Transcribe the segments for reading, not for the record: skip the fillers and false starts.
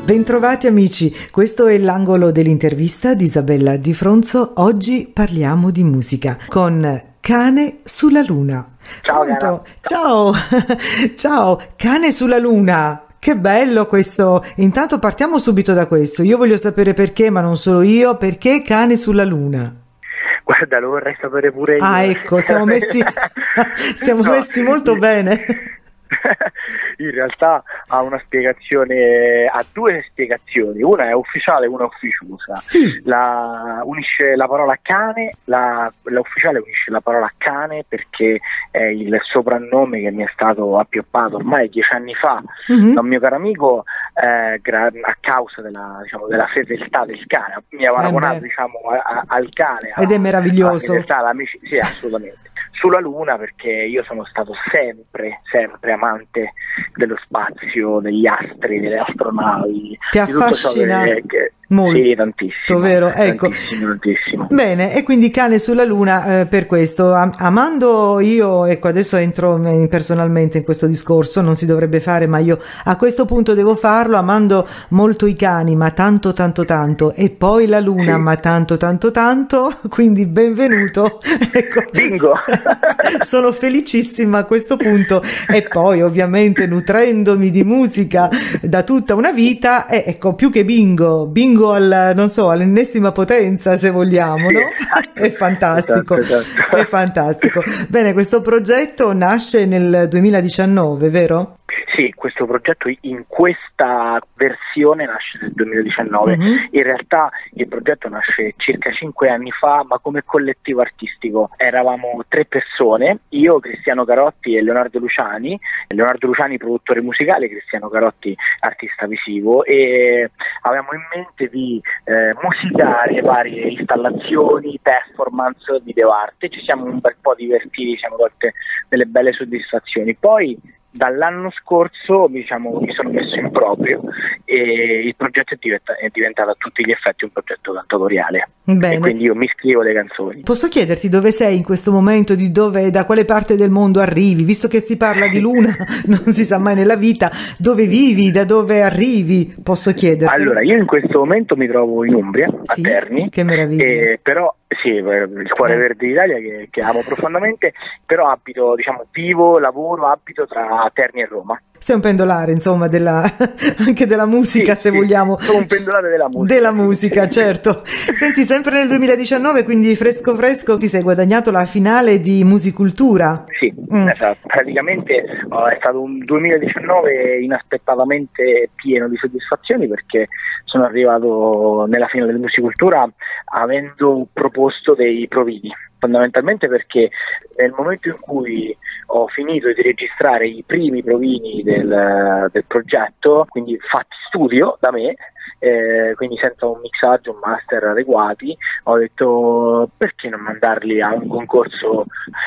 Bentrovati amici, questo è l'angolo dell'intervista di Isabella Di Fronzo. Oggi parliamo di musica con Cane sulla Luna. Ciao, Pronto? Ciao, ciao, Cane sulla Luna. Che bello questo. Intanto partiamo subito da questo. Io voglio sapere perché, ma non solo io, perché Cane sulla Luna? Guarda, lo vorrei sapere pure io. Ah, ecco, siamo messi molto bene. In realtà ha una spiegazione, ha due spiegazioni, una è ufficiale e una ufficiosa. Sì. Unisce la parola cane, la ufficiale unisce la parola cane perché è il soprannome che mi è stato appioppato ormai 10 anni fa da un mio caro amico a causa della fedeltà del cane. Mi ha paragonato al cane. Ed è meraviglioso. Sì, assolutamente. Sulla Luna perché io sono stato sempre amante dello spazio, degli astri, delle astronavi. Ti affascina molto, sì, tantissimo, vero? Ecco. Tantissimo. Bene, e quindi Cane sulla Luna per questo. Amando io, ecco, adesso entro personalmente in questo discorso, non si dovrebbe fare, ma io a questo punto devo farlo, amando molto i cani, ma tanto, e poi la Luna, sì, ma tanto, quindi benvenuto. Ecco. Bingo! Sono felicissima a questo punto e poi ovviamente nutrendomi di musica da tutta una vita, ecco, più che bingo all'ennesima potenza, se vogliamo, no? È fantastico, esatto. È fantastico. Bene, questo progetto nasce nel 2019, vero? Sì, questo progetto in questa versione nasce nel 2019, in realtà il progetto nasce circa 5 anni fa, ma come collettivo artistico eravamo 3 persone, io, Cristiano Carotti e Leonardo Luciani produttore musicale, Cristiano Carotti artista visivo, e avevamo in mente di musicare varie installazioni, performance, videoarte, ci siamo un bel po' divertiti, siamo tolte delle belle soddisfazioni. Poi dall'anno scorso mi sono messo in proprio e il progetto è diventato a tutti gli effetti un progetto cantatoriale. Bene. E quindi io mi scrivo le canzoni. Posso chiederti dove sei in questo momento, da quale parte del mondo arrivi, visto che si parla di Luna, non si sa mai nella vita, dove vivi, da dove arrivi, posso chiederti? Allora, io in questo momento mi trovo in Umbria, sì? a Terni. Che meraviglia. Però sì, il cuore verde d'Italia che amo profondamente, però abito tra Terni e Roma. Sei un pendolare, insomma, anche della musica, sì, se vogliamo. Sono un pendolare della musica. Della musica, certo. Senti, sempre nel 2019, quindi fresco, ti sei guadagnato la finale di Musicultura. Sì, esatto. Praticamente è stato un 2019 inaspettatamente pieno di soddisfazioni perché sono arrivato nella finale di Musicultura avendo proposto dei provini. Fondamentalmente perché nel momento in cui ho finito di registrare i primi provini del progetto, quindi fatti studio da me, quindi senza un mixaggio, un master adeguati, ho detto perché non mandarli a un concorso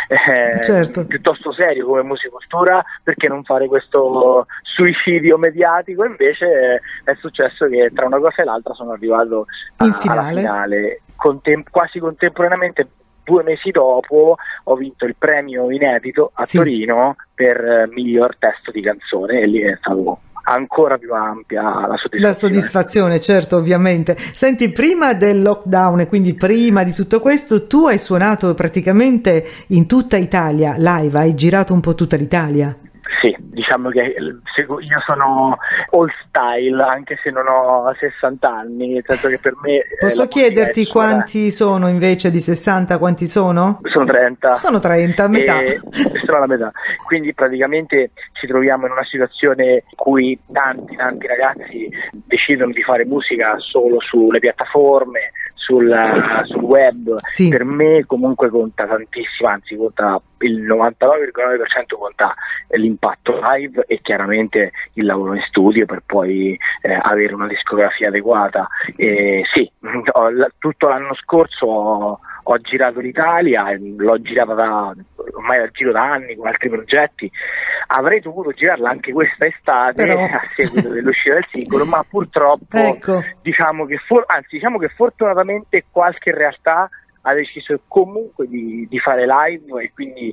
certo, piuttosto serio come Musicultura, perché non fare questo suicidio mediatico. Invece è successo che tra una cosa e l'altra sono arrivato alla finale quasi contemporaneamente. 2 mesi dopo ho vinto il premio inedito a Torino per miglior testo di canzone e lì è stato ancora più ampia la soddisfazione. La soddisfazione, certo, ovviamente. Senti, prima del lockdown e quindi prima di tutto questo, tu hai suonato praticamente in tutta Italia, live, hai girato un po' tutta l'Italia. Sì, diciamo che io sono old style, anche se non ho 60 anni, nel senso che per me... Posso chiederti quanti sono invece di 60, quanti sono? Sono 30. Sono 30, a metà. Sono alla metà. Quindi praticamente ci troviamo in una situazione in cui tanti ragazzi decidono di fare musica solo sulle piattaforme, sul web. Sì. Per me comunque conta tantissimo, anzi conta il 99,9% conta l'impatto live e chiaramente il lavoro in studio per poi avere una discografia adeguata. Sì, tutto l'anno scorso ho girato l'Italia, l'ho girata ormai la giro da anni con altri progetti. Avrei dovuto girarla anche questa estate, però, a seguito dell'uscita del singolo, ma purtroppo diciamo che fortunatamente qualche realtà ha deciso comunque di fare live e quindi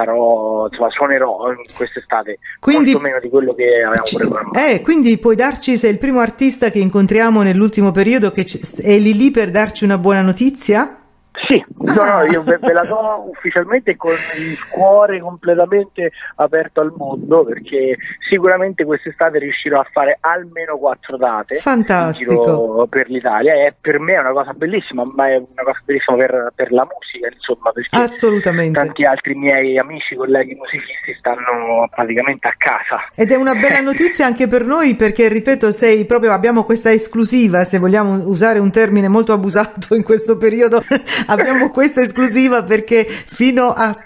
suonerò in quest'estate, quindi, molto meno di quello che avevamo programmato. Quindi puoi darci, sei il primo artista che incontriamo nell'ultimo periodo che è lì per darci una buona notizia? Sì, io ve la do ufficialmente con il cuore completamente aperto al mondo, perché sicuramente quest'estate riuscirò a fare almeno 4 date. Fantastico. In giro per l'Italia, e per me è una cosa bellissima, ma è una cosa bellissima per la musica, insomma, perché assolutamente tanti altri miei amici, colleghi musicisti stanno praticamente a casa. Ed è una bella notizia anche per noi, perché ripeto, abbiamo questa esclusiva, se vogliamo usare un termine molto abusato in questo periodo. Abbiamo questa esclusiva perché fino a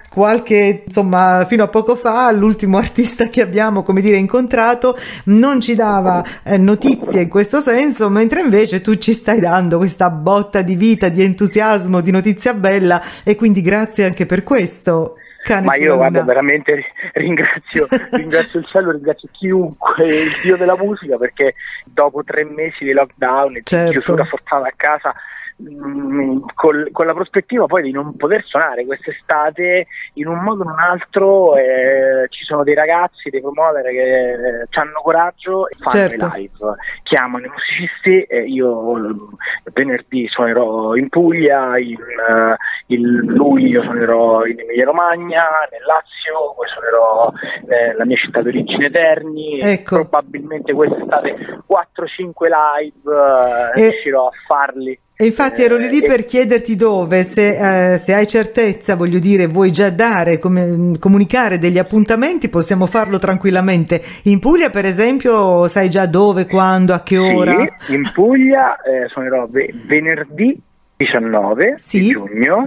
poco fa l'ultimo artista che abbiamo, incontrato non ci dava notizie in questo senso, mentre invece tu ci stai dando questa botta di vita, di entusiasmo, di notizia bella, e quindi grazie anche per questo. Ma io guarda, veramente ringrazio il cielo, ringrazio chiunque, il dio della musica, perché dopo 3 mesi di lockdown e di chiusura forzata a casa, con la prospettiva poi di non poter suonare quest'estate, in un modo o in un altro ci sono dei ragazzi, dei promoter che hanno coraggio e fanno i live, chiamano i musicisti, io venerdì suonerò in Puglia, il luglio suonerò in Emilia Romagna, nel Lazio, poi suonerò nella mia città d'origine Terni, probabilmente quest'estate 4-5 live riuscirò a farli. E infatti ero lì per chiederti dove, se hai certezza, vuoi già comunicare degli appuntamenti, possiamo farlo tranquillamente. In Puglia, per esempio, sai già dove, quando, a che ora? Sì, in Puglia suonerò venerdì 19 di giugno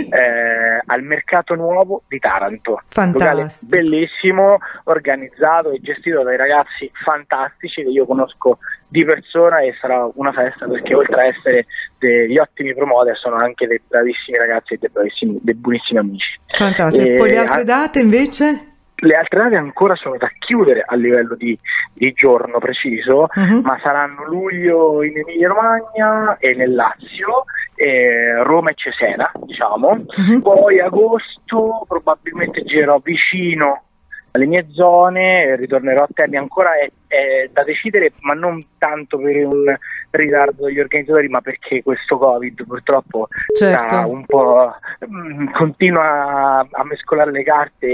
al Mercato Nuovo di Taranto. Fantastico. Bellissimo, organizzato e gestito dai ragazzi fantastici che io conosco di persona, e sarà una festa perché oltre a essere degli ottimi promoter sono anche dei bravissimi ragazzi e dei buonissimi amici. Fantastico. E poi le altre date invece? Le altre date ancora sono da chiudere a livello di giorno preciso, ma saranno luglio in Emilia Romagna e nel Lazio, Roma e Cesena, diciamo. Poi agosto probabilmente girerò vicino alle mie zone, ritornerò a Terni, ancora è da decidere, ma non tanto per un ritardo degli organizzatori, ma perché questo Covid purtroppo sta un po' continua a mescolare le carte,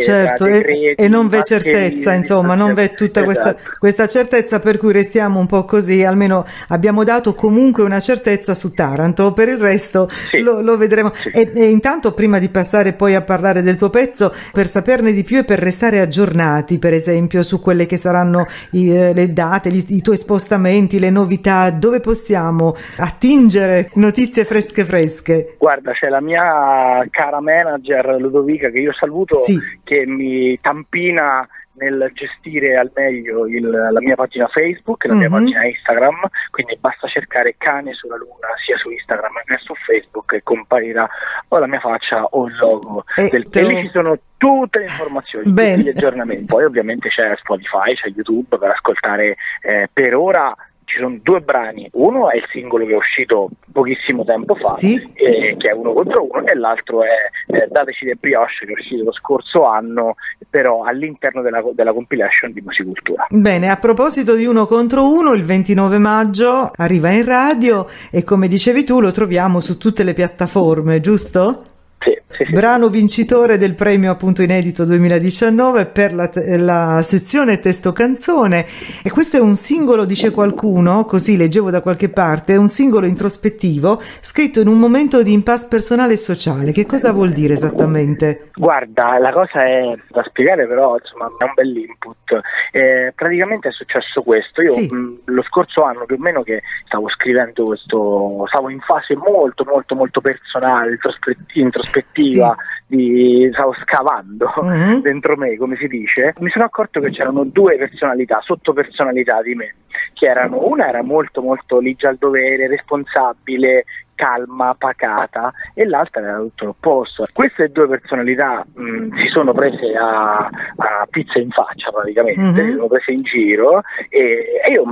e non v'è certezza, insomma, non v'è tutta questa certezza, per cui restiamo un po' così. Almeno abbiamo dato comunque una certezza su Taranto, per il resto lo vedremo. E intanto, prima di passare poi a parlare del tuo pezzo, per saperne di più e per restare aggiornati, per esempio, su quelle che saranno le date, i tuoi spostamenti, le novità, dove possiamo attingere notizie fresche? Guarda, c'è la mia cara manager Ludovica, che io saluto, che mi tampina nel gestire al meglio la mia pagina Facebook e la mia pagina Instagram, quindi basta cercare Cane sulla Luna sia su Instagram che su Facebook e comparirà o la mia faccia o il logo e lì ci sono tutte le informazioni, tutti gli aggiornamenti. Poi ovviamente c'è Spotify, c'è YouTube per ascoltare. Per ora ci sono 2 brani, uno è il singolo che è uscito pochissimo tempo fa, che è Uno contro uno, e l'altro è Dateci del Brioche, che è uscito lo scorso anno, però all'interno della compilation di Musicultura. Bene, a proposito di Uno contro uno, il 29 maggio arriva in radio e, come dicevi tu, lo troviamo su tutte le piattaforme, giusto? Sì. Brano vincitore del premio appunto inedito 2019 per la sezione testo canzone, e questo è un singolo, dice qualcuno, così leggevo da qualche parte, è un singolo introspettivo scritto in un momento di impasse personale e sociale. Che cosa vuol dire esattamente? Guarda, la cosa è da spiegare, però insomma è un bell'input. Praticamente è successo questo: io lo scorso anno più o meno che stavo scrivendo questo, stavo in fase molto molto molto personale, introspettiva, stavo scavando dentro me, come si dice. Mi sono accorto che c'erano 2 personalità, sottopersonalità di me, che una era molto molto ligia al dovere, responsabile, calma, pacata, e l'altra era tutto l'opposto. Queste due personalità si sono prese a pizza in faccia praticamente, si sono prese in giro, e io ho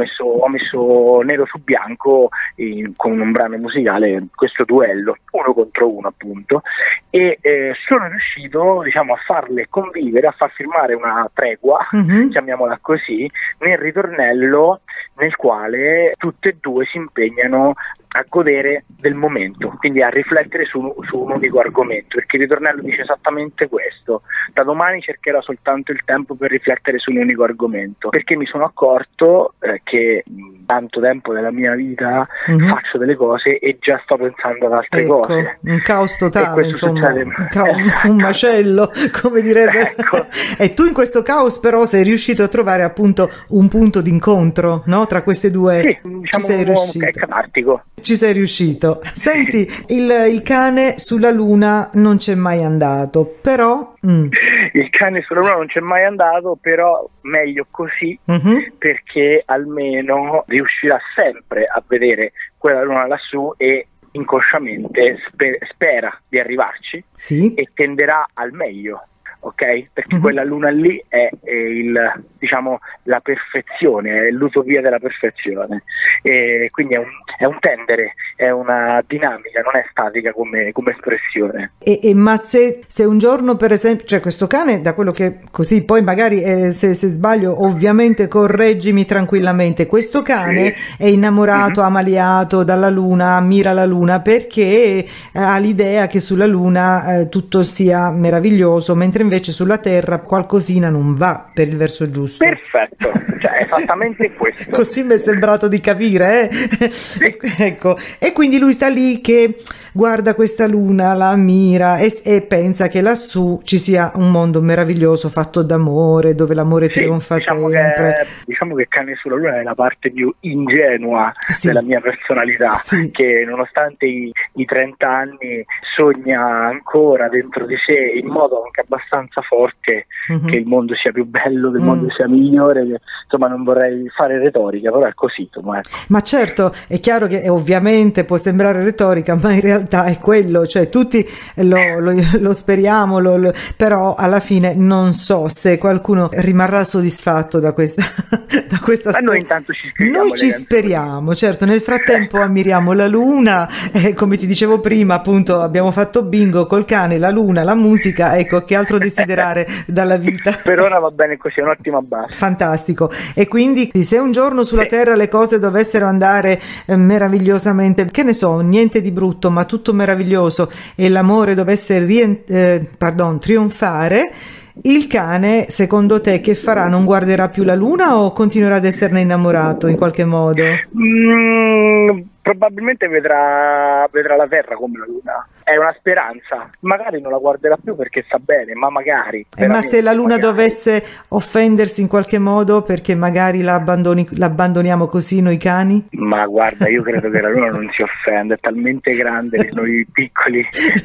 messo nero su bianco con un brano musicale questo duello, 1 contro 1 appunto, e sono riuscito, diciamo, a farle convivere, a far firmare una tregua, chiamiamola così, nel ritornello, nel quale tutte e due si impegnano a godere del momento, quindi a riflettere su un unico argomento, perché il ritornello dice esattamente questo: da domani cercherò soltanto il tempo per riflettere su un unico argomento, perché mi sono accorto che tanto tempo della mia vita faccio delle cose e già sto pensando ad altre cose. Un caos totale, insomma, un macello, come direbbe. Ecco. E tu in questo caos però sei riuscito a trovare appunto un punto d'incontro, no? Tra queste due. Sì, diciamo, ci sei riuscito. È catartico. Ci sei riuscito. Senti, il cane sulla luna non c'è mai andato, però... Il cane sulla luna non c'è mai andato, però meglio così, perché almeno riuscirà sempre a vedere quella luna lassù e inconsciamente spera di arrivarci, sì, e tenderà al meglio. Ok? Perché quella luna lì è diciamo, la perfezione, è l'utopia della perfezione, e quindi è un tendere, è una dinamica, non è statica come espressione. Ma se un giorno, per esempio, cioè questo cane, da quello che così, poi magari se sbaglio ovviamente correggimi tranquillamente, questo cane è innamorato, ammaliato dalla luna, ammira la luna perché ha l'idea che sulla luna tutto sia meraviglioso, mentre invece sulla terra qualcosina non va per il verso giusto. Perfetto, cioè esattamente questo. Così mi è sembrato di capire, Sì. Ecco, e quindi lui sta lì che guarda questa luna, la ammira e pensa che lassù ci sia un mondo meraviglioso fatto d'amore, dove l'amore trionfa sempre. Diciamo che Cane sulla luna è la parte più ingenua della mia personalità, che nonostante i 30 anni sogna ancora dentro di sé in modo anche abbastanza forte che il mondo sia più bello, che il mondo sia migliore, che, insomma, non vorrei fare retorica, però è così. Ma certo, è chiaro che ovviamente può sembrare retorica, ma in realtà è quello, cioè tutti lo speriamo, però alla fine non so se qualcuno rimarrà soddisfatto da questa storia. Noi intanto ci speriamo. Noi ci speriamo, certo, nel frattempo ammiriamo la luna, come ti dicevo prima, appunto abbiamo fatto bingo col cane, la luna, la musica, ecco, che altro desiderare dalla vita. Per ora va bene così, è un'ottima base. Fantastico. E quindi se un giorno sulla Terra le cose dovessero andare meravigliosamente, che ne so, niente di brutto ma tutto meraviglioso, e l'amore dovesse trionfare, il cane secondo te che farà? Non guarderà più la luna o continuerà ad esserne innamorato in qualche modo? Probabilmente vedrà la Terra come la luna. È una speranza, magari non la guarderà più perché sta bene, ma magari. Ma se la luna dovesse offendersi in qualche modo perché magari l'abbandoniamo così noi cani? Ma guarda, io credo che la luna non si offenda, è talmente grande che noi piccoli,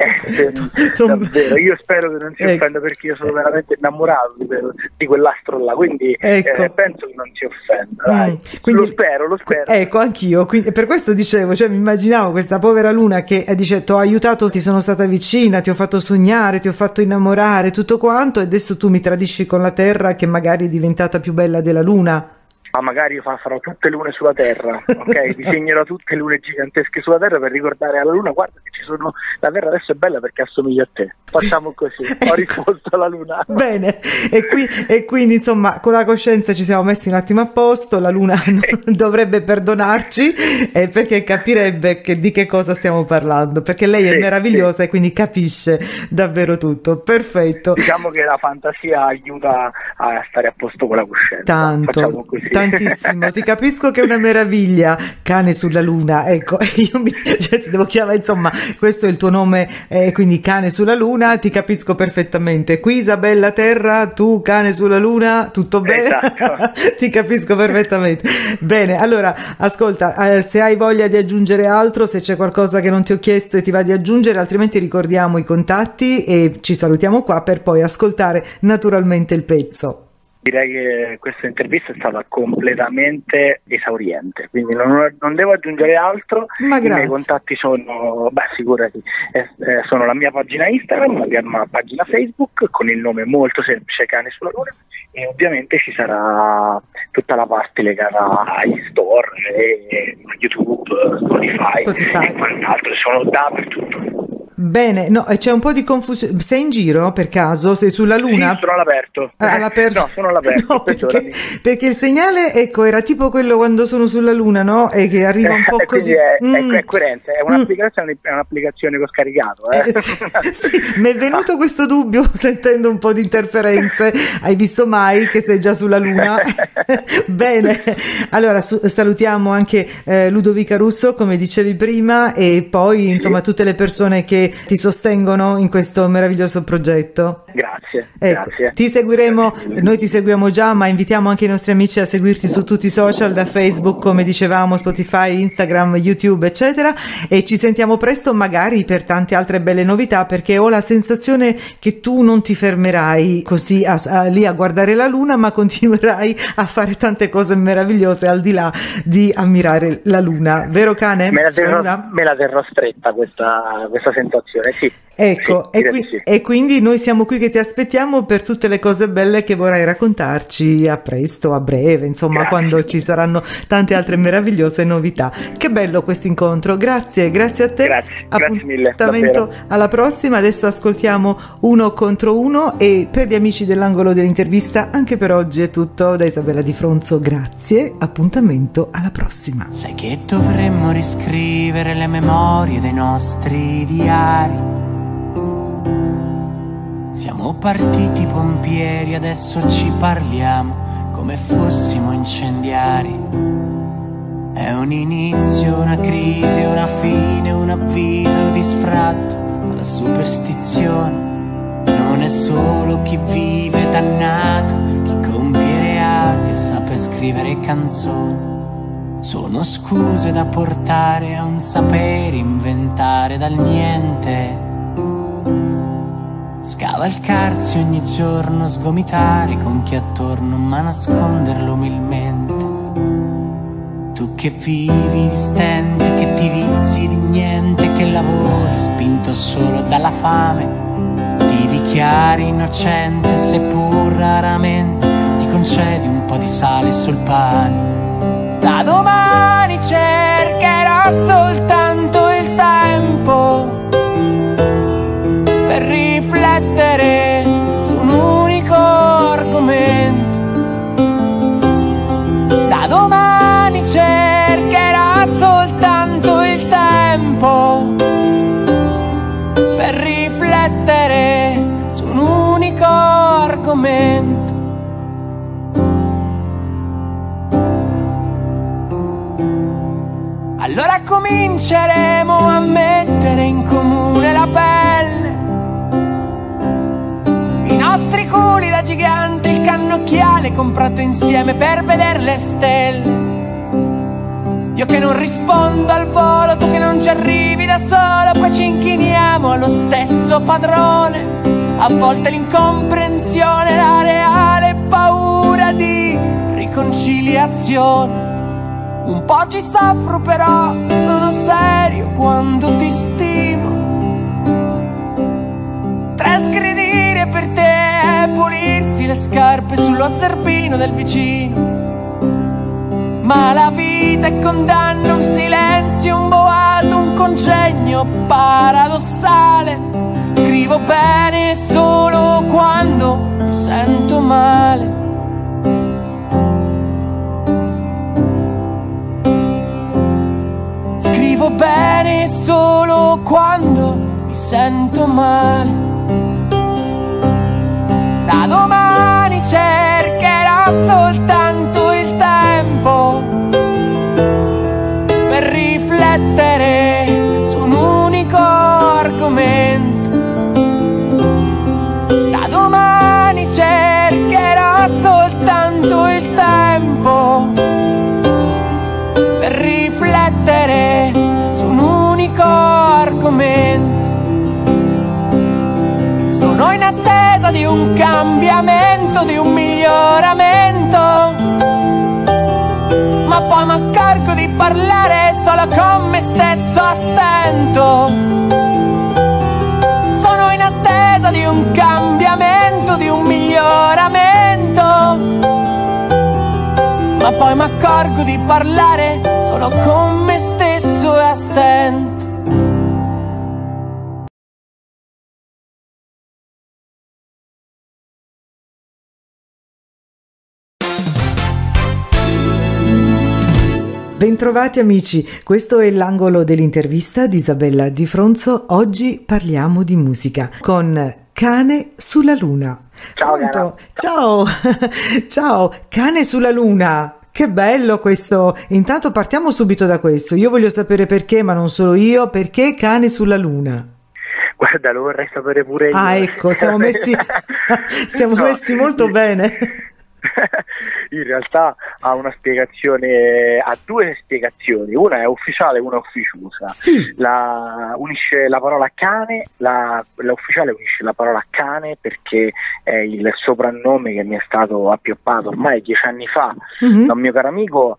davvero, io spero che non si offenda, perché io sono veramente innamorato di quell'astro là, quindi penso che non si offenda, dai. Quindi, lo spero. Ecco, anch'io, quindi, per questo dicevo, cioè mi immaginavo questa povera luna che dice: ti ho aiutato, ti sono stata vicina, ti ho fatto sognare, ti ho fatto innamorare, tutto quanto, e adesso tu mi tradisci con la Terra che magari è diventata più bella della luna. Ma magari io farò tutte lune sulla Terra, ok? Disegnerò tutte lune gigantesche sulla Terra per ricordare alla luna: guarda che la Terra adesso è bella perché assomiglia a te. Facciamo così, ho risposto alla luna. Bene, e quindi insomma con la coscienza ci siamo messi un attimo a posto, la luna dovrebbe perdonarci, perché capirebbe di che cosa stiamo parlando, perché lei è meravigliosa e quindi capisce davvero tutto. Perfetto. Diciamo che la fantasia aiuta a stare a posto con la coscienza. Facciamo così. Tantissimo, ti capisco che è una meraviglia. Cane sulla luna, ecco, cioè, ti devo chiamare, insomma, questo è il tuo nome, quindi Cane sulla luna, ti capisco perfettamente. Qui Isabella Terra, tu Cane sulla luna, tutto bene? Esatto. Ti capisco perfettamente. Bene, allora, ascolta, se hai voglia di aggiungere altro, se c'è qualcosa che non ti ho chiesto e ti va di aggiungere, altrimenti ricordiamo i contatti e ci salutiamo qua per poi ascoltare naturalmente il pezzo. Direi che questa intervista è stata completamente esauriente, quindi non devo aggiungere altro. Ma grazie. I miei contatti sono, figurati, sono la mia pagina Instagram, la mia pagina Facebook con il nome molto semplice Cane sulla Luna, e ovviamente ci sarà tutta la parte legata agli store, YouTube, Spotify e quant'altro, sono dappertutto. Bene, no, c'è un po' di confusione. Sei in giro per caso? Sei sulla Luna? Sì, sono all'aperto. No, sono all'aperto. No, perché il segnale, ecco, era tipo quello quando sono sulla Luna, no? E che arriva un po' così. È coerente, è un'applicazione che ho scaricato. Sì, mi è venuto questo dubbio sentendo un po' di interferenze. Hai visto mai che sei già sulla Luna? Bene, allora salutiamo anche Ludovica Russo, come dicevi prima, e poi insomma tutte le persone che ti sostengono in questo meraviglioso progetto. Grazie, grazie. Ti seguiremo, noi ti seguiamo già, ma invitiamo anche i nostri amici a seguirti su tutti i social, da Facebook, come dicevamo, Spotify, Instagram, YouTube, eccetera, e ci sentiamo presto magari per tante altre belle novità, perché ho la sensazione che tu non ti fermerai così lì a guardare la Luna, ma continuerai a fare tante cose meravigliose al di là di ammirare la Luna, vero Cane? Me la terrò stretta questa sensazione, sì. Ecco, sì, e quindi noi siamo qui che ti aspettiamo per tutte le cose belle che vorrai raccontarci a presto, a breve, insomma, quando ci saranno tante altre meravigliose novità. Che bello questo incontro, grazie a te. Grazie mille. Appuntamento alla prossima. Adesso ascoltiamo Uno contro uno, e per gli amici dell'angolo dell'intervista anche per oggi è tutto. Da Isabella Di Fronzo, grazie, appuntamento alla prossima. Sai che dovremmo riscrivere le memorie dei nostri diari. Siamo partiti pompieri, adesso ci parliamo come fossimo incendiari. È un inizio, una crisi, una fine, un avviso di sfratto alla superstizione. Non è solo chi vive dannato, chi compie reati e sa per scrivere canzoni. Sono scuse da portare a un sapere inventare dal niente. Scavalcarsi ogni giorno, sgomitare con chi attorno, ma nasconderlo umilmente. Tu che vivi di stenti, che ti vizi di niente, che lavori spinto solo dalla fame, ti dichiari innocente seppur raramente ti concedi un po' di sale sul pane. Da domani cercherò soltanto il tempo per riflettere su un unico argomento. Da domani cercherò soltanto il tempo per riflettere su un unico argomento. Allora cominceremo a mettere in comune la pelle, i nostri culi da gigante, il cannocchiale comprato insieme per vedere le stelle. Io che non rispondo al volo, tu che non ci arrivi da solo, poi ci inchiniamo allo stesso padrone. A volte l'incomprensione, la reale paura di riconciliazione. Un po' ci soffro però sono serio quando ti stimo. Trasgredire per te è pulirsi le scarpe sullo zerbino del vicino. Ma la vita è condanna, un silenzio, un boato, un congegno paradossale. Scrivo bene solo quando mi sento male. Scrivo bene solo quando mi sento male. Da domani cercherò soltanto il tempo per riflettere su un unico argomento. Da domani cercherò soltanto il tempo per riflettere su un unico argomento. Sono in attesa di un cambiamento, di un miglioramento. parlare solo con me stesso a stento. Sono in attesa di un cambiamento, di un miglioramento, ma poi mi accorgo di parlare solo con me stesso e a stento. Bentrovati amici, questo è l'angolo dell'intervista di Isabella Di Fronzo. Oggi parliamo di musica con Cane sulla Luna. Ciao, ciao, ciao, Cane sulla Luna. Che bello questo! Intanto partiamo subito da questo. Io voglio sapere perché, ma non solo io, perché Cane sulla Luna? Guarda, lo vorrei sapere pure io. Ah, ecco, siamo messi molto bene. In realtà ha una spiegazione, ha due spiegazioni, una è ufficiale e una è ufficiosa. Sì. Unisce la parola cane, la ufficiale unisce la parola cane perché è il soprannome che mi è stato appioppato ormai 10 anni fa da un mio caro amico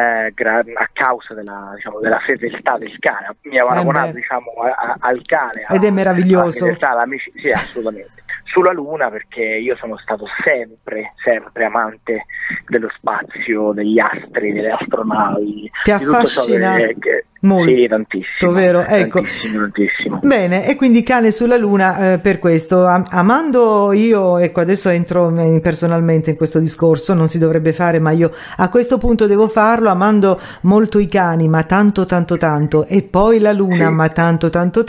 a causa della fedeltà del cane. Mi aveva paragonato al cane. Ed è meraviglioso. Sì, assolutamente. Sulla Luna perché io sono stato sempre amante dello spazio, degli astri, delle astronavi. Ti affascina molto, sì, tantissimo, vero? Ecco. Tantissimo. Bene, e quindi Cane sulla Luna, per questo, amando io, ecco, adesso entro personalmente in questo discorso, non si dovrebbe fare, ma io a questo punto devo farlo, amando molto i cani, ma tanto, e poi la Luna, sì, ma tanto,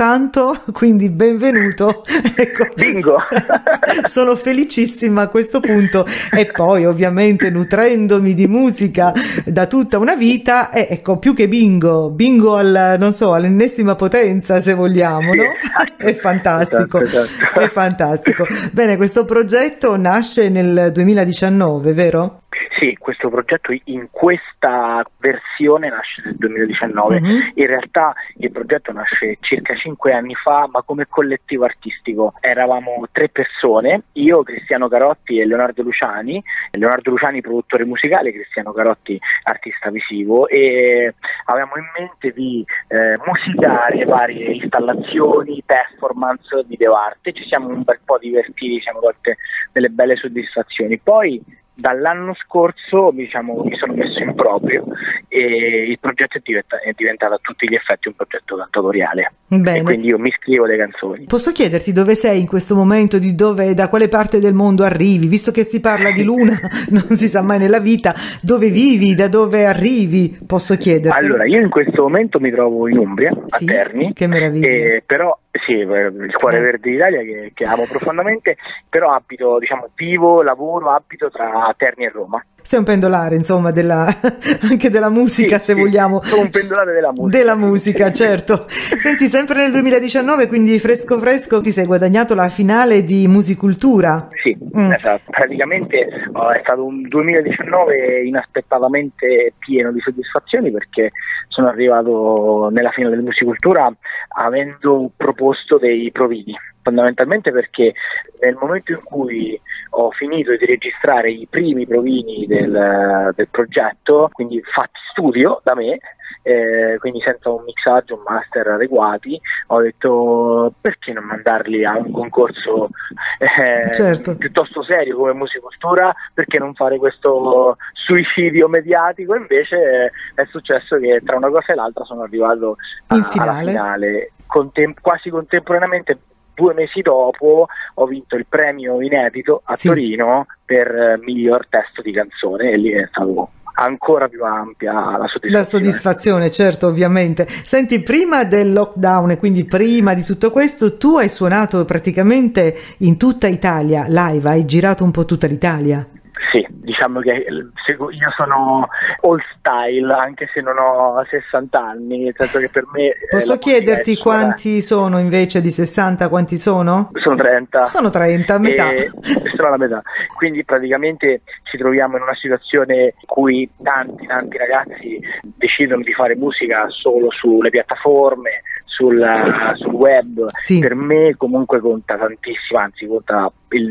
quindi benvenuto. Ecco. Bingo! Sono felicissima a questo punto, e poi ovviamente nutrendomi di musica da tutta una vita, ecco, più che bingo all'ennesima potenza, se vogliamo, no? È fantastico, esatto. È fantastico. Bene, questo progetto nasce nel 2019, vero? Sì, questo progetto in questa versione nasce nel 2019. In realtà il progetto nasce circa 5 anni fa, ma come collettivo artistico. Eravamo 3 persone, io, Cristiano Carotti e Leonardo Luciani produttore musicale, Cristiano Carotti artista visivo, e avevamo in mente di musicare varie installazioni, performance, videoarte. Ci siamo un bel po' divertiti, siamo tolte delle belle soddisfazioni. Poi dall'anno scorso mi sono messo in proprio e il progetto è diventato a tutti gli effetti un progetto cantatoriale. Bene. E quindi io mi scrivo le canzoni. Posso chiederti dove sei in questo momento, da quale parte del mondo arrivi? Visto che si parla di Luna, non si sa mai nella vita, dove vivi, da dove arrivi? Posso chiederti? Allora, io in questo momento mi trovo in Umbria, a sì? Terni. Che meraviglia. Però sì, il cuore verde d'Italia che amo profondamente, però abito tra Terni e Roma. Sei un pendolare, insomma, anche della musica, se vogliamo. Sono un pendolare della musica. Della musica, certo. Senti, sempre nel 2019, quindi fresco, ti sei guadagnato la finale di Musicultura. Sì, esatto. Praticamente è stato un 2019 inaspettatamente pieno di soddisfazioni, perché sono arrivato nella finale del Musicultura avendo proposto dei provini. Fondamentalmente perché nel momento in cui ho finito di registrare i primi provini del progetto, quindi fatti studio da me, quindi senza un mixaggio, un master adeguati, ho detto perché non mandarli a un concorso certo, piuttosto serio come Musicultura, perché non fare questo suicidio mediatico. Invece è successo che tra una cosa e l'altra sono arrivato alla finale quasi contemporaneamente. 2 mesi dopo ho vinto il premio inedito a Torino per miglior testo di canzone, e lì è stato ancora più ampia la soddisfazione. La soddisfazione, certo, ovviamente. Senti, prima del lockdown e quindi prima di tutto questo, tu hai suonato praticamente in tutta Italia, live, hai girato un po' tutta l'Italia. Sì, diciamo che io sono old style, anche se non ho 60 anni, nel senso che per me... Posso chiederti quanti sono invece di 60, quanti sono? Sono 30. Sono 30, a metà. Sono alla metà. Quindi praticamente ci troviamo in una situazione in cui tanti ragazzi decidono di fare musica solo sulle piattaforme, sul web. Sì. Per me comunque conta tantissimo, anzi conta il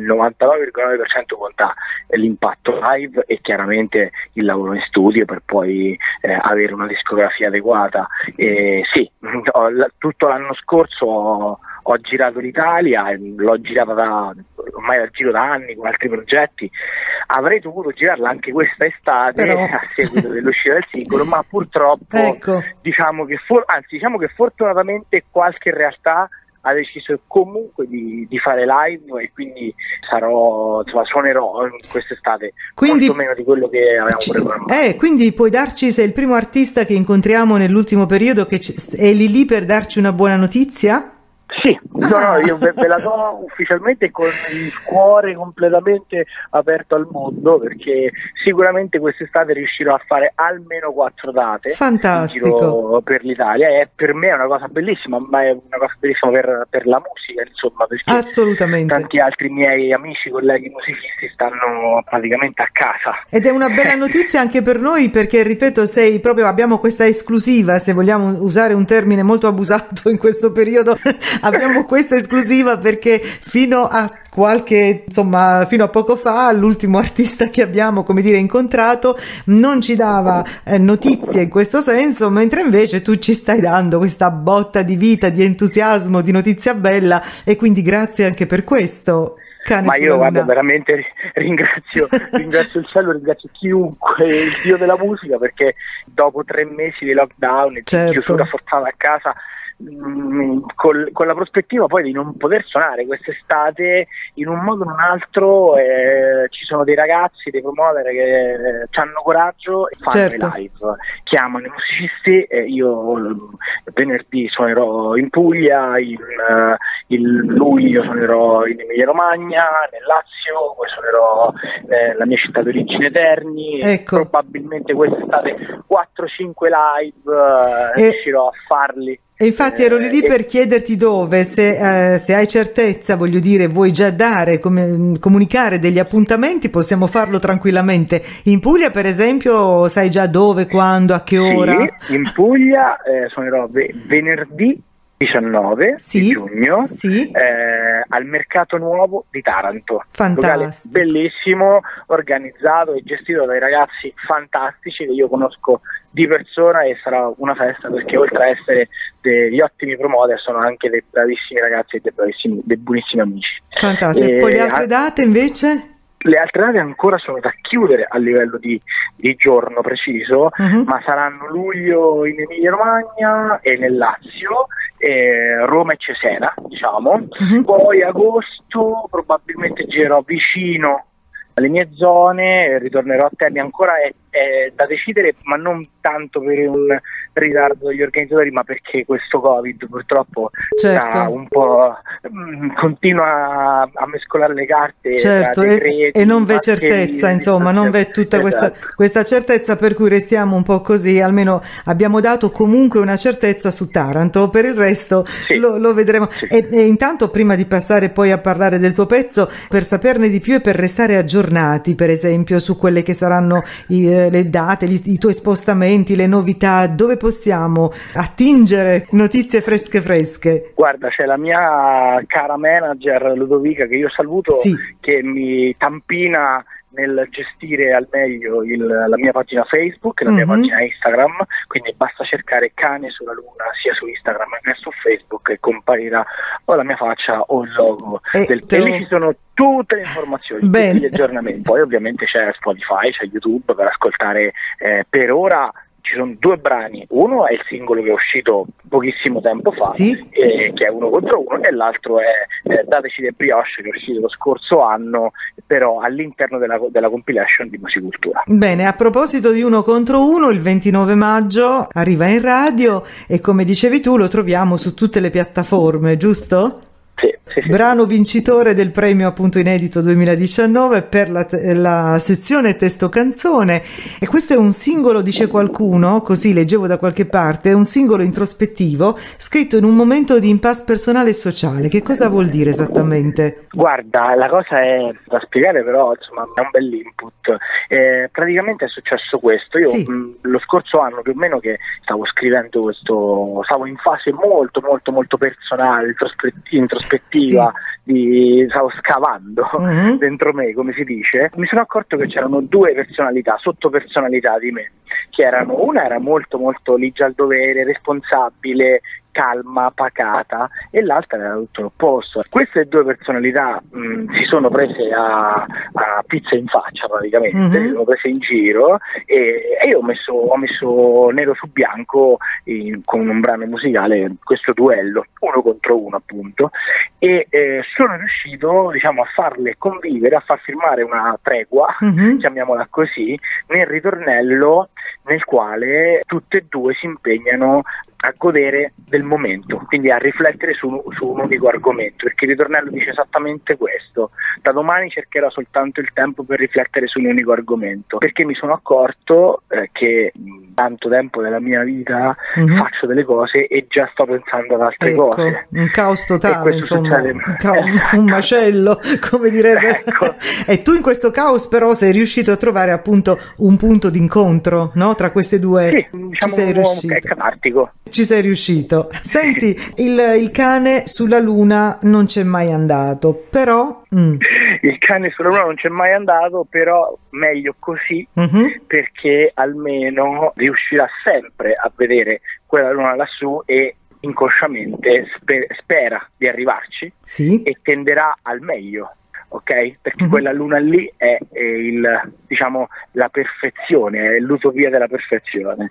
99,9% conta l'impatto live e chiaramente il lavoro in studio per poi avere una discografia adeguata. Sì, tutto l'anno scorso ho girato l'Italia, l'ho girata ormai la giro da anni con altri progetti. Avrei dovuto girarla anche questa estate, però, a seguito dell'uscita del singolo, ma purtroppo diciamo che fortunatamente qualche realtà ha deciso comunque di fare live, e quindi suonerò quest'estate, molto meno di quello che avevamo programmato. Quindi puoi darci, sei il primo artista che incontriamo nell'ultimo periodo che è lì per darci una buona notizia? Sì, no, io ve la do ufficialmente con il cuore completamente aperto al mondo, perché sicuramente quest'estate riuscirò a fare almeno 4 date. Fantastico. In giro per l'Italia, e per me è una cosa bellissima, ma è una cosa bellissima per la musica, insomma, perché assolutamente tanti altri miei amici, colleghi musicisti stanno praticamente a casa. Ed è una bella notizia anche per noi, perché ripeto, abbiamo questa esclusiva, se vogliamo usare un termine molto abusato in questo periodo. Abbiamo questa esclusiva perché fino a poco fa l'ultimo artista che abbiamo, incontrato non ci dava notizie in questo senso, mentre invece tu ci stai dando questa botta di vita, di entusiasmo, di notizia bella, e quindi grazie anche per questo. Ma io veramente ringrazio il cielo, ringrazio chiunque, il dio della musica, perché dopo 3 mesi di lockdown e di chiusura forzata a casa, con la prospettiva poi di non poter suonare quest'estate, in un modo o in un altro ci sono dei ragazzi, dei promoter che hanno coraggio e fanno i live, chiamano i musicisti, e io venerdì suonerò in Puglia, il luglio suonerò in Emilia Romagna, nel Lazio, poi suonerò nella mia città d'origine Terni, ecco. Probabilmente quest'estate 4-5 live riuscirò a farli. E infatti ero lì per chiederti dove, se hai certezza, vuoi già dare, comunicare degli appuntamenti, possiamo farlo tranquillamente. In Puglia, per esempio, sai già dove, quando, a che ora? Sì, in Puglia suonerò venerdì 19 di giugno al Mercato Nuovo di Taranto. Fantastico. Bellissimo, organizzato e gestito dai ragazzi fantastici che io conosco di persona, e sarà una festa, perché oltre a essere degli ottimi promoter sono anche dei bravissimi ragazzi e dei buonissimi amici. Fantastico. E poi le altre date invece? Le altre date ancora sono da chiudere a livello di giorno preciso, ma saranno luglio in Emilia Romagna e nel Lazio, Roma e Cesena, diciamo. Poi agosto probabilmente girerò vicino alle mie zone, ritornerò a Terni. Ancora è da decidere, ma non tanto per un ritardo degli organizzatori, ma perché questo Covid purtroppo sta un po' continua a mescolare le carte, e non v'è certezza, insomma, non v'è tutta questa certezza, per cui restiamo un po' così. Almeno abbiamo dato comunque una certezza su Taranto, per il resto lo vedremo. E intanto, prima di passare poi a parlare del tuo pezzo, per saperne di più e per restare aggiornati, per esempio, su quelle che saranno le date, i tuoi spostamenti, le novità, dove possiamo attingere notizie fresche? Guarda, c'è la mia cara manager Ludovica, che io saluto, che mi tampina nel gestire al meglio la mia pagina Facebook e la mia pagina Instagram, quindi basta cercare Cane sulla Luna sia su Instagram che su Facebook e comparirà o la mia faccia o il logo e lì ci sono tutte le informazioni, tutti gli aggiornamenti. Poi ovviamente c'è Spotify, c'è YouTube per ascoltare. Per ora ci sono 2 brani, uno è il singolo che è uscito pochissimo tempo fa, che è Uno contro uno, e l'altro è Dateci del Brioche, che è uscito lo scorso anno, però all'interno della compilation di Musicultura. Bene, a proposito di Uno contro uno, il 29 maggio arriva in radio e, come dicevi tu, lo troviamo su tutte le piattaforme, giusto? Sì. Brano vincitore del premio appunto inedito 2019 per la sezione testo canzone, e questo è un singolo, dice qualcuno, così leggevo da qualche parte, è un singolo introspettivo scritto in un momento di impasse personale e sociale. Che cosa vuol dire esattamente? Guarda, la cosa è da spiegare, però insomma è un bell'input. Praticamente è successo questo: io lo scorso anno più o meno che stavo scrivendo stavo in fase molto molto molto personale, introspettiva, stavo scavando dentro me, come si dice. Mi sono accorto che c'erano 2 personalità, sottopersonalità di me. che una era molto molto ligia al dovere, responsabile, calma, pacata, e l'altra era tutto l'opposto. Queste due personalità si sono prese a pizza in faccia praticamente, si sono prese in giro, e io ho messo nero su bianco con un brano musicale questo duello, 1 contro 1 appunto, e sono riuscito, diciamo, a farle convivere, a far firmare una tregua, chiamiamola così, nel ritornello, nel quale tutte e due si impegnano a godere del momento, quindi a riflettere su un unico argomento, perché il ritornello dice esattamente questo: da domani cercherò soltanto il tempo per riflettere su un unico argomento, perché mi sono accorto che tanto tempo della mia vita faccio delle cose e già sto pensando ad altre cose. Un caos totale, insomma, un macello, come direbbe. Ecco. E tu in questo caos però sei riuscito a trovare appunto un punto d'incontro, no? Tra queste due. Sì, diciamo, ci sei riuscito. È catartico. Ci sei riuscito. Senti, il cane sulla luna non c'è mai andato, però... Il cane sulla luna non c'è mai andato, però meglio così, perché almeno riuscirà sempre a vedere quella luna lassù e inconsciamente spera di arrivarci, sì, e tenderà al meglio. Ok? Perché quella luna lì è diciamo la perfezione, è l'utopia della perfezione,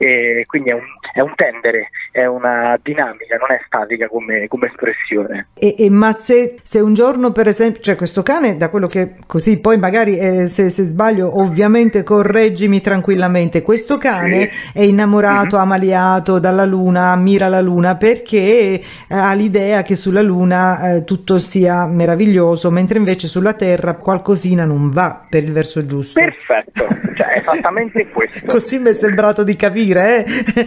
e quindi è un tendere, è una dinamica, non è statica come espressione. Ma se un giorno, per esempio, cioè questo cane, da quello che, così poi magari se sbaglio ovviamente correggimi tranquillamente, questo cane è innamorato, amaliato dalla luna, ammira la luna perché ha l'idea che sulla luna tutto sia meraviglioso, mentre invece sulla Terra qualcosina non va per il verso giusto. Perfetto, cioè esattamente questo. Così mi è sembrato di capire,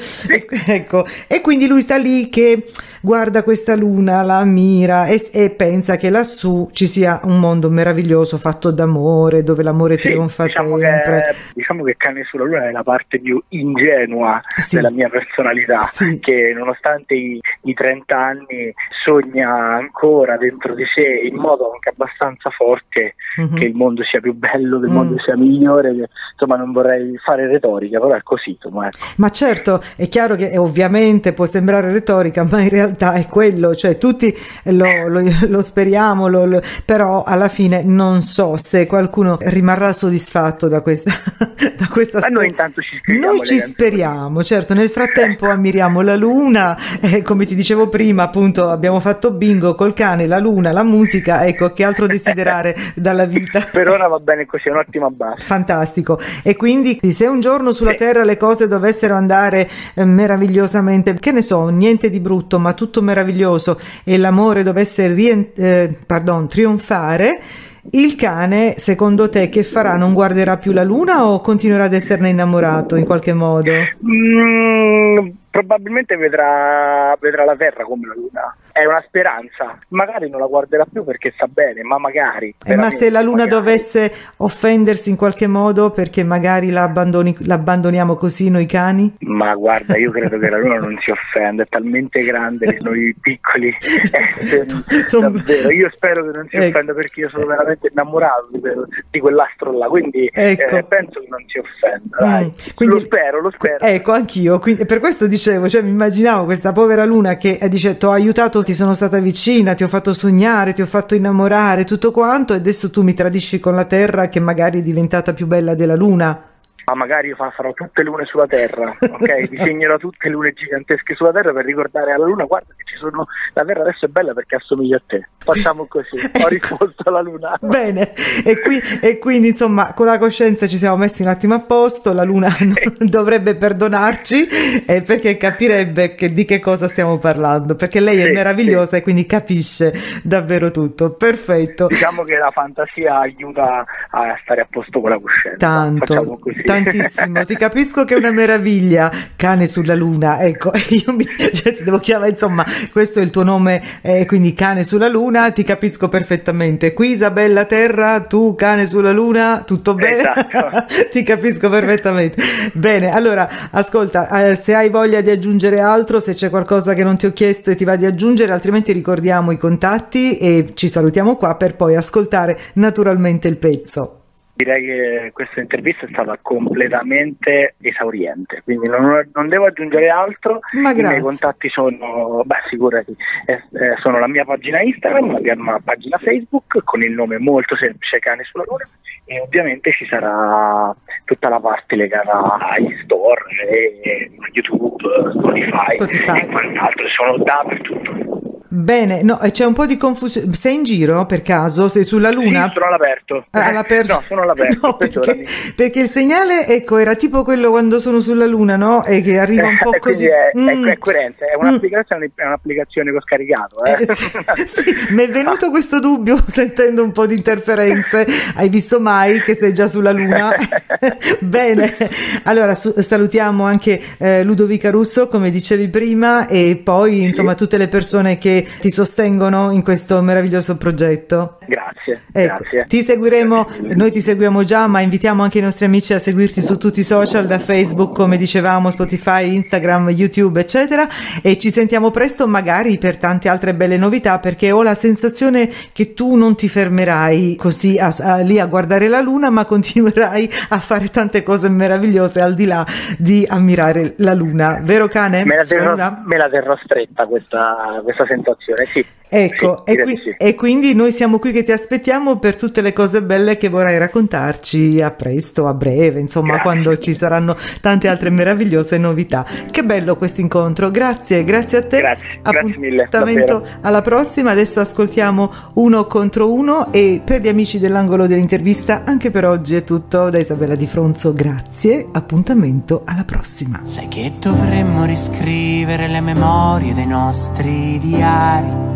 ecco. E quindi lui sta lì che guarda questa luna, la ammira e pensa che lassù ci sia un mondo meraviglioso fatto d'amore, dove l'amore trionfa sempre. Diciamo che Cane sulla luna è la parte più ingenua della mia personalità, che nonostante i 30 anni sogna ancora dentro di sé in modo anche abbastanza forte che il mondo sia più bello, che il mondo sia migliore, che, insomma, non vorrei fare retorica, però è così, insomma, ecco. Ma certo, è chiaro che ovviamente può sembrare retorica, ma in realtà è quello, cioè tutti lo speriamo, però alla fine non so se qualcuno rimarrà soddisfatto da questa storia. Noi intanto ci scriviamo. Noi ci speriamo, certo, nel frattempo ammiriamo la luna, come ti dicevo prima, appunto abbiamo fatto bingo col cane, la luna, la musica, ecco, che altro desiderare dalla vita. Per ora va bene così, è un'ottima base. Fantastico. E quindi se un giorno sulla Terra le cose dovessero andare meravigliosamente, che ne so, niente di brutto ma tutto meraviglioso, e l'amore dovesse trionfare, il cane secondo te che farà? Non guarderà più la luna o continuerà ad esserne innamorato in qualche modo? Probabilmente vedrà la Terra come la luna. È una speranza, magari non la guarderà più perché sa bene, ma magari. Ma se la luna dovesse offendersi in qualche modo perché magari l'abbandoniamo così noi cani? Ma guarda, io credo che la luna non si offenda, è talmente grande che noi piccoli davvero, io spero che non si offenda, perché io sono veramente innamorato di quell'astro là, quindi penso che non si offenda, dai. Quindi, lo spero. Ecco, anch'io, per questo dicevo, cioè mi immaginavo questa povera luna che dice: t'ho aiutato, ti sono stata vicina, ti ho fatto sognare, ti ho fatto innamorare, tutto quanto, e adesso tu mi tradisci con la Terra che magari è diventata più bella della luna. Ma magari io farò tutte le lune sulla Terra, ok? Disegnerò tutte le lune gigantesche sulla Terra per ricordare alla luna: guarda che la Terra adesso è bella perché assomiglia a te. Facciamo così, ho risposto alla luna. Bene, e quindi insomma con la coscienza ci siamo messi un attimo a posto, la luna dovrebbe perdonarci perché capirebbe di che cosa stiamo parlando, perché lei è meravigliosa e quindi capisce davvero tutto. Perfetto. Diciamo che la fantasia aiuta a stare a posto con la coscienza. Facciamo così. Tantissimo, ti capisco che è una meraviglia, Cane sulla luna, ecco, ti devo chiamare, insomma, questo è il tuo nome, quindi Cane sulla luna, ti capisco perfettamente. Qui Isabella Terra, tu Cane sulla luna, tutto bene? Esatto. Ti capisco perfettamente. Bene, allora, ascolta, se hai voglia di aggiungere altro, se c'è qualcosa che non ti ho chiesto e ti va di aggiungere, altrimenti ricordiamo i contatti e ci salutiamo qua per poi ascoltare naturalmente il pezzo. Direi che questa intervista è stata completamente esauriente, quindi non devo aggiungere altro. Ma grazie. I miei contatti sono, figurati, sono la mia pagina Instagram, la mia pagina Facebook con il nome molto semplice Cane sulla Luna, e ovviamente ci sarà tutta la parte legata agli store, YouTube, Spotify e quant'altro, sono dappertutto. Bene, no, c'è un po' di confusione. Sei in giro per caso? Sei sulla Luna? Sì, sono all'aperto. No, sono all'aperto. No, perché il segnale, ecco, era tipo quello quando sono sulla Luna, no? E che arriva un po' così. È coerente, è un'applicazione che ho scaricato. Sì, mi è venuto questo dubbio sentendo un po' di interferenze. Hai visto mai che sei già sulla Luna? Bene, allora salutiamo anche Ludovica Russo, come dicevi prima, e poi insomma tutte le persone che ti sostengono in questo meraviglioso progetto. Grazie, ecco, grazie. Ti seguiremo, noi ti seguiamo già, ma invitiamo anche i nostri amici a seguirti su tutti i social, da Facebook, come dicevamo, Spotify, Instagram, YouTube, eccetera, e ci sentiamo presto magari per tante altre belle novità, perché ho la sensazione che tu non ti fermerai così lì a guardare la Luna, ma continuerai a fare tante cose meravigliose al di là di ammirare la Luna, vero Cane? Me la terrò stretta questa sensazione, sì. Ecco, sì, e quindi noi siamo qui che ti aspettiamo per tutte le cose belle che vorrai raccontarci a presto, a breve, insomma, grazie. Quando ci saranno tante altre meravigliose novità. Che bello questo incontro, grazie a te. Grazie mille. Appuntamento davvero. Alla prossima, adesso ascoltiamo Uno contro uno, e per gli amici dell'angolo dell'intervista anche per oggi è tutto da Isabella Di Fronzo, grazie, appuntamento alla prossima. Sai che dovremmo riscrivere le memorie dei nostri diari.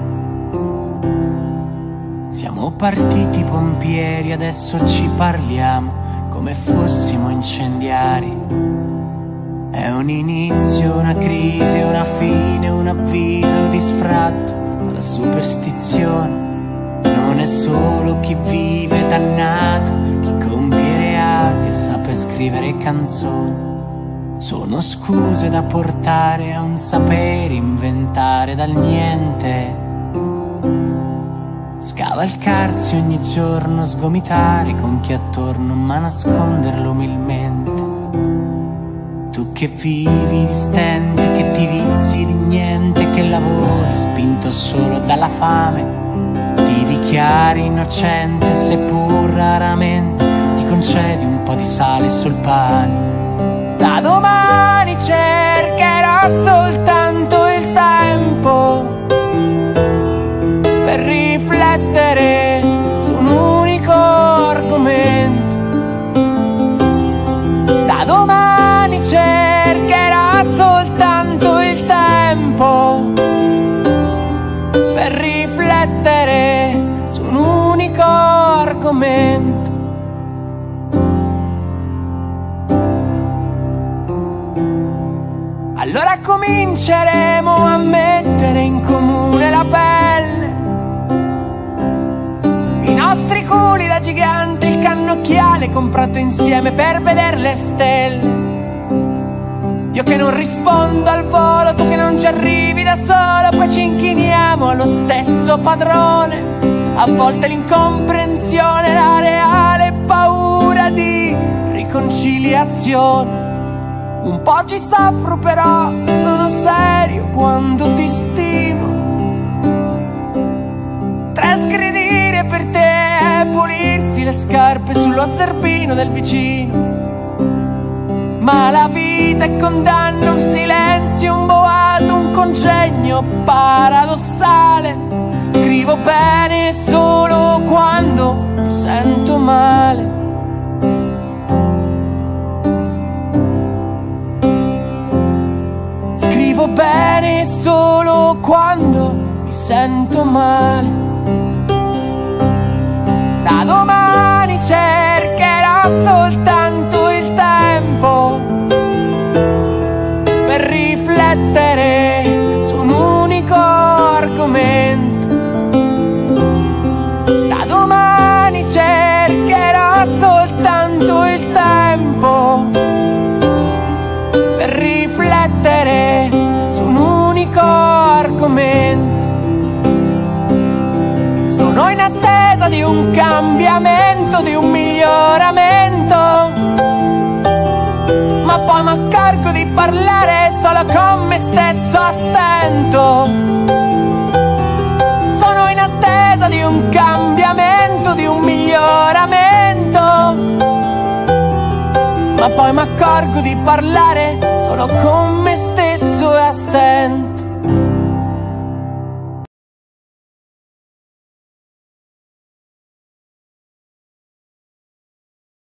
Siamo partiti pompieri, adesso ci parliamo come fossimo incendiari. È un inizio, una crisi, una fine, un avviso di sfratto dalla superstizione. Non è solo chi vive dannato, chi compie reati e sape scrivere canzoni. Sono scuse da portare a un sapere inventare dal niente. Scavalcarsi ogni giorno, sgomitare con chi attorno, ma nasconderlo umilmente. Tu che vivi di stenti, che ti vizi di niente, che lavori spinto solo dalla fame, ti dichiari innocente seppur raramente ti concedi un po' di sale sul pane. Da domani cercherò soltanto il tempo per riflettere su un unico argomento. Da domani cercherò soltanto il tempo per riflettere su un unico argomento. Allora cominceremo a mettere in comune la pelle, i nostri culi da gigante, il cannocchiale comprato insieme per vedere le stelle. Io che non rispondo al volo, tu che non ci arrivi da solo, poi ci inchiniamo allo stesso padrone. A volte l'incomprensione, la reale paura di riconciliazione. Un po' ci soffro però sono serio quando ti stimo. Trasgredire per te è pulirsi le scarpe sullo zerbino del vicino. Ma la vita è condanna, un silenzio, un boato, un congegno paradossale. Scrivo bene solo quando mi sento male. Scrivo bene solo quando mi sento male. Da domani cercherò soltanto il tempo per riflettere su un unico argomento. Da domani cercherò soltanto il tempo per riflettere su un unico argomento. parlare solo con me stesso a stento. Sono in attesa di un cambiamento, di un miglioramento, ma poi mi accorgo di parlare solo con me stesso e a stento.